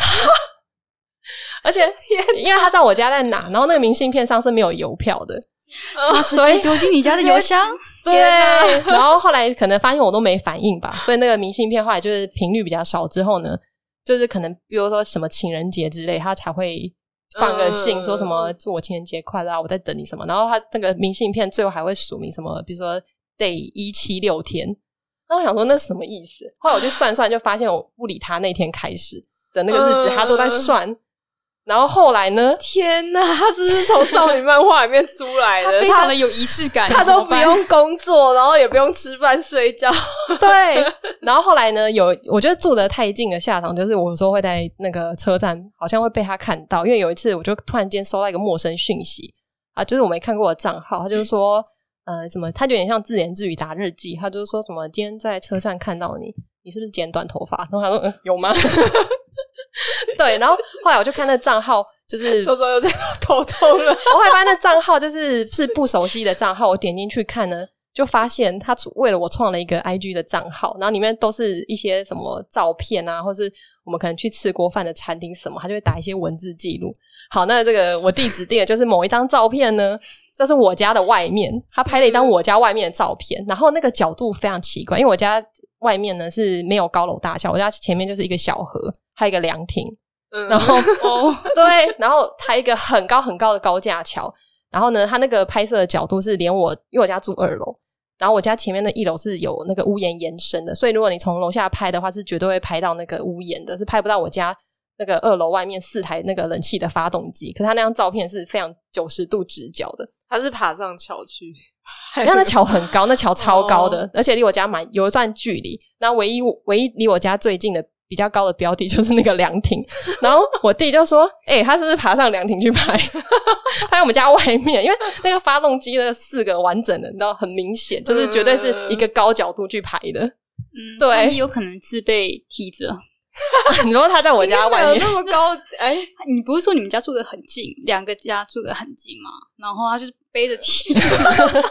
而且因为他知道我家在哪，然后那个明信片上是没有邮票的， 直接丢进你家的邮箱。 对，然后后来可能发现我都没反应吧，所以那个明信片后来就是频率比较少之后呢，就是可能比如说什么情人节之类他才会放个信说什么祝我情人节快乐啊，我在等你什么，然后他那个明信片最后还会署名什么比如说 day 176天，然后我想说那什么意思，后来我就算就发现我不理他那天开始的那个日子他都在算。然后后来呢， 天哪，他是不是从少女漫画里面出来的？ 他非常的有仪式感， 他都不用工作，然后也不用吃饭睡觉。 对，然后后来呢，我觉得住得太近的下场就是我有时候会在那个车站好像会被他看到，因为有一次我就突然间收到一个陌生讯息就是我没看过的账号，他就是说什么，他有点像自言自语打日记，他就是说什么今天在车站看到你是不是剪短头发？然后他说有吗？对，然后后来我就看那账号，就是周周又在头痛了。 我后来发现那账号是不熟悉的账号，我点进去看呢，就发现他为了我创了一个 IG 的账号，然后里面都是一些什么照片啊，或是我们可能去吃过饭的餐厅什么，他就会打一些文字记录。好，那这个我弟指定的就是某一张照片呢，这是我家的外面，他拍了一张我家外面的照片，然后那个角度非常奇怪，因为我家外面呢是没有高楼大厦，我家前面就是一个小河，还有一个凉亭，然后对，然后还有一个很高很高的高架桥，然后呢他那个拍摄的角度是连因为我家住2楼，然后我家前面的1楼是有那个屋檐延伸的，所以如果你从楼下拍的话是绝对会拍到那个屋檐的，是拍不到我家那个2楼外面4台那个冷气的发动机。可是他那张照片是非常90度直角的， 他是爬上桥去， 因为那桥很高，那桥超高的，而且离我家有一段距离，那唯一离我家最近的比较高的标的就是那个凉亭。然后我弟就说他是不是爬上凉亭去拍拍我们家外面，因为那个发动机的4个完整的你知道很明显，就是绝对是一个高角度去拍的。对， 你有可能是被踢着你说他在我家外面那么高你不是说你们家住得很近，2个家住得很近吗？然后他就是背着踢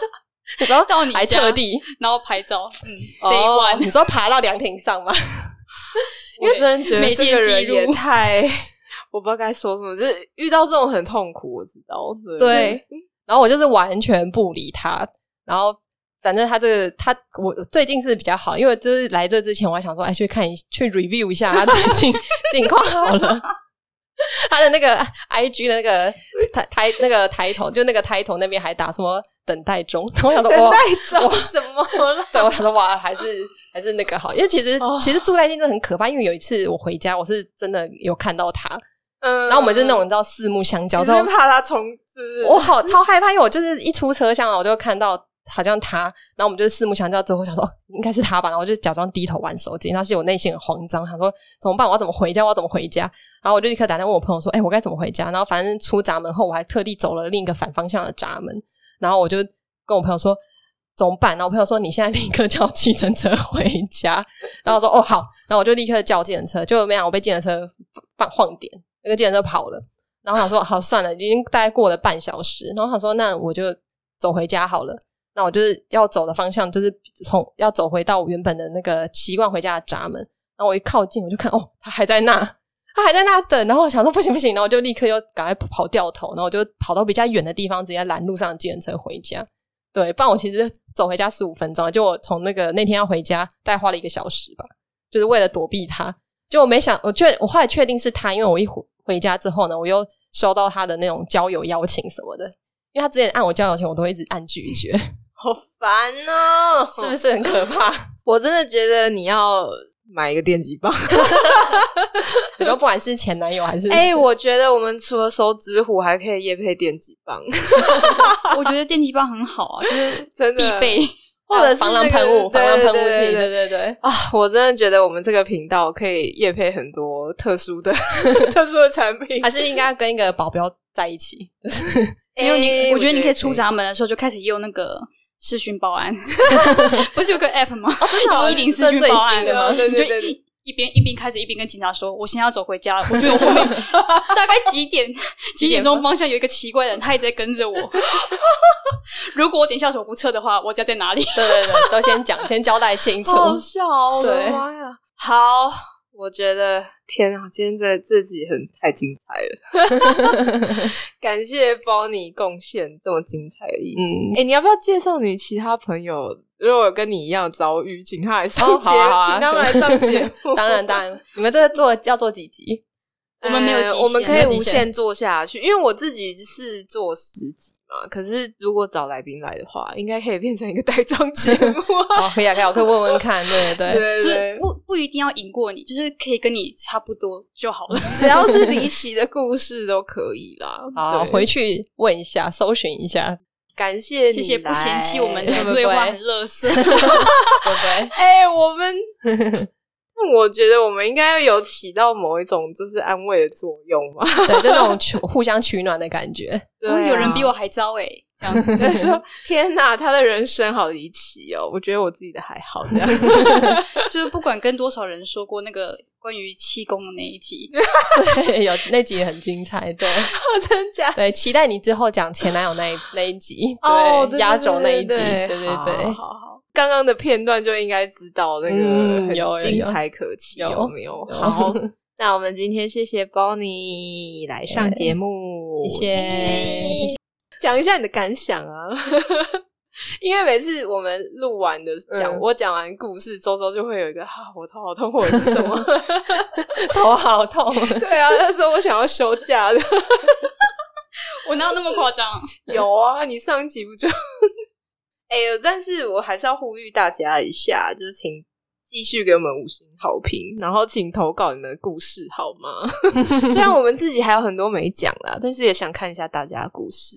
你说到你家还特地然后拍照 day one 你说爬到凉亭上吗？ 我真的觉得这个人也录太我不知道该说什么，就是遇到这种很痛苦，我知道。 对，然后我就是完全不理他，然后反正我最近是比较好，因为就是来这之前我还想说，去review 一下他最近近况好了。他的那个 IG 的那个抬头，就那个抬头那边还打什么等待中，我想说等待中什么了？ 对，我想说哇，还是那个好，因为其实住在那边真的很可怕，因为有一次我回家，我是真的有看到他，然后我们就是那种你知道四目相交， 你是怕他冲，是不是？ 我超害怕，因为我就是一出车厢我就看到好像他，然后我们就是四目相交之后，我想说应该是他吧，然后我就假装低头玩手机，然后是我内心很慌张，想说怎么办？我要怎么回家？然后我就立刻打电话问我朋友说，我该怎么回家？然后反正出闸门后，我还特地走了另一个反方向的闸门，然后我就跟我朋友说怎么办？然后我朋友说你现在立刻叫计程车回家。然后我说好，然后我就立刻叫计程车，就没想我被计程车晃点，那个计程车跑了。然后我想说好算了，已经大概过了半小时，然后我想说那我就走回家好了。那我就是要走的方向就是要走回到我原本的那个习惯回家的闸门。然后我一靠近我就看他还在那等，然后我想说不行，然后我就立刻又赶快跑掉头，然后我就跑到比较远的地方直接拦路上的计程车回家。对，不然我其实走回家15分钟，就我从那天要回家大概花了1个小时吧，就是为了躲避他。就我后来确定是他，因为我一回家之后呢，我又收到他的那种交友邀请什么的，因为他之前按我交友邀请我都会一直按拒绝。 好烦哦， 是不是很可怕？ 我真的觉得你要买一个电击棒。 你说不管是前男友还是我觉得我们除了收知虎还可以业配电击棒。 我觉得电击棒很好啊，就是真的必备， 或者是防狼喷雾器，对啊！我真的觉得我们这个频道可以业配很多特殊的产品， 还是应该跟一个保镖在一起。 因为我觉得你可以出闸门的时候就开始用那个视讯报案。不是有个 app 吗？ 真的 110视讯报案的吗？ 对，一边开始一边跟警察说我现在要走回家了，我觉得我后面大概几点钟方向有一个奇怪的人，他一直在跟着我。如果我点下手不撤的话，我家在哪里？ 对，都先交代清楚。 好笑，我的妈呀！好，我觉得天啊，今天这集太精彩了。感谢包你贡献这么精彩的一集。你要不要介绍你其他朋友，如果有跟你一样遭遇，请他来上节目，请他们来上节目。 当然你们这个要做几集？ 我们没有极限， 我们可以无限做下去，因为我自己是做10集嘛。可是如果找来宾来的话，应该可以变成一个带状节目。 可以啊，我可以问问看。对， 就是不一定要赢过你，就是可以跟你差不多就好了。 只要是离奇的故事都可以啦。 好，回去问一下，搜寻一下。 感谢你， 谢谢不嫌弃我们的对话很垃圾。 对不对？ 我们我觉得我们应该有起到某一种就是安慰的作用嘛。 对，就那种互相取暖的感觉。 对啊， 有人比我还糟这样子。 就说天哪，他的人生好离奇哦。我觉得我自己的还好，这样。 就是不管跟多少人说过那个关于气功的那一集， 对，有那集也很精彩。对， 真假？ 对，期待你之后讲前男友那一集， 对， 压轴那一集，对。 好。刚刚的片段就应该知道那个很精彩可期，有没有？好，那我们今天谢谢 Bonnie 来上节目， 谢谢。 讲一下你的感想啊。因为每次我们录完的我讲完故事，周周就会有一个我头好痛或者是什么头好痛。 对啊，他说我想要休假的。 我哪有那么夸张？ 有啊，你上集不就但是我还是要呼吁大家一下，就是请继续给我们5星好评，然后请投稿你们的故事好吗？虽然我们自己还有很多没讲啦，但是也想看一下大家的故事。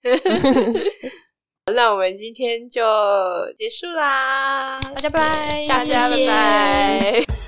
那我们今天就结束啦， 大家拜拜， 大家拜拜。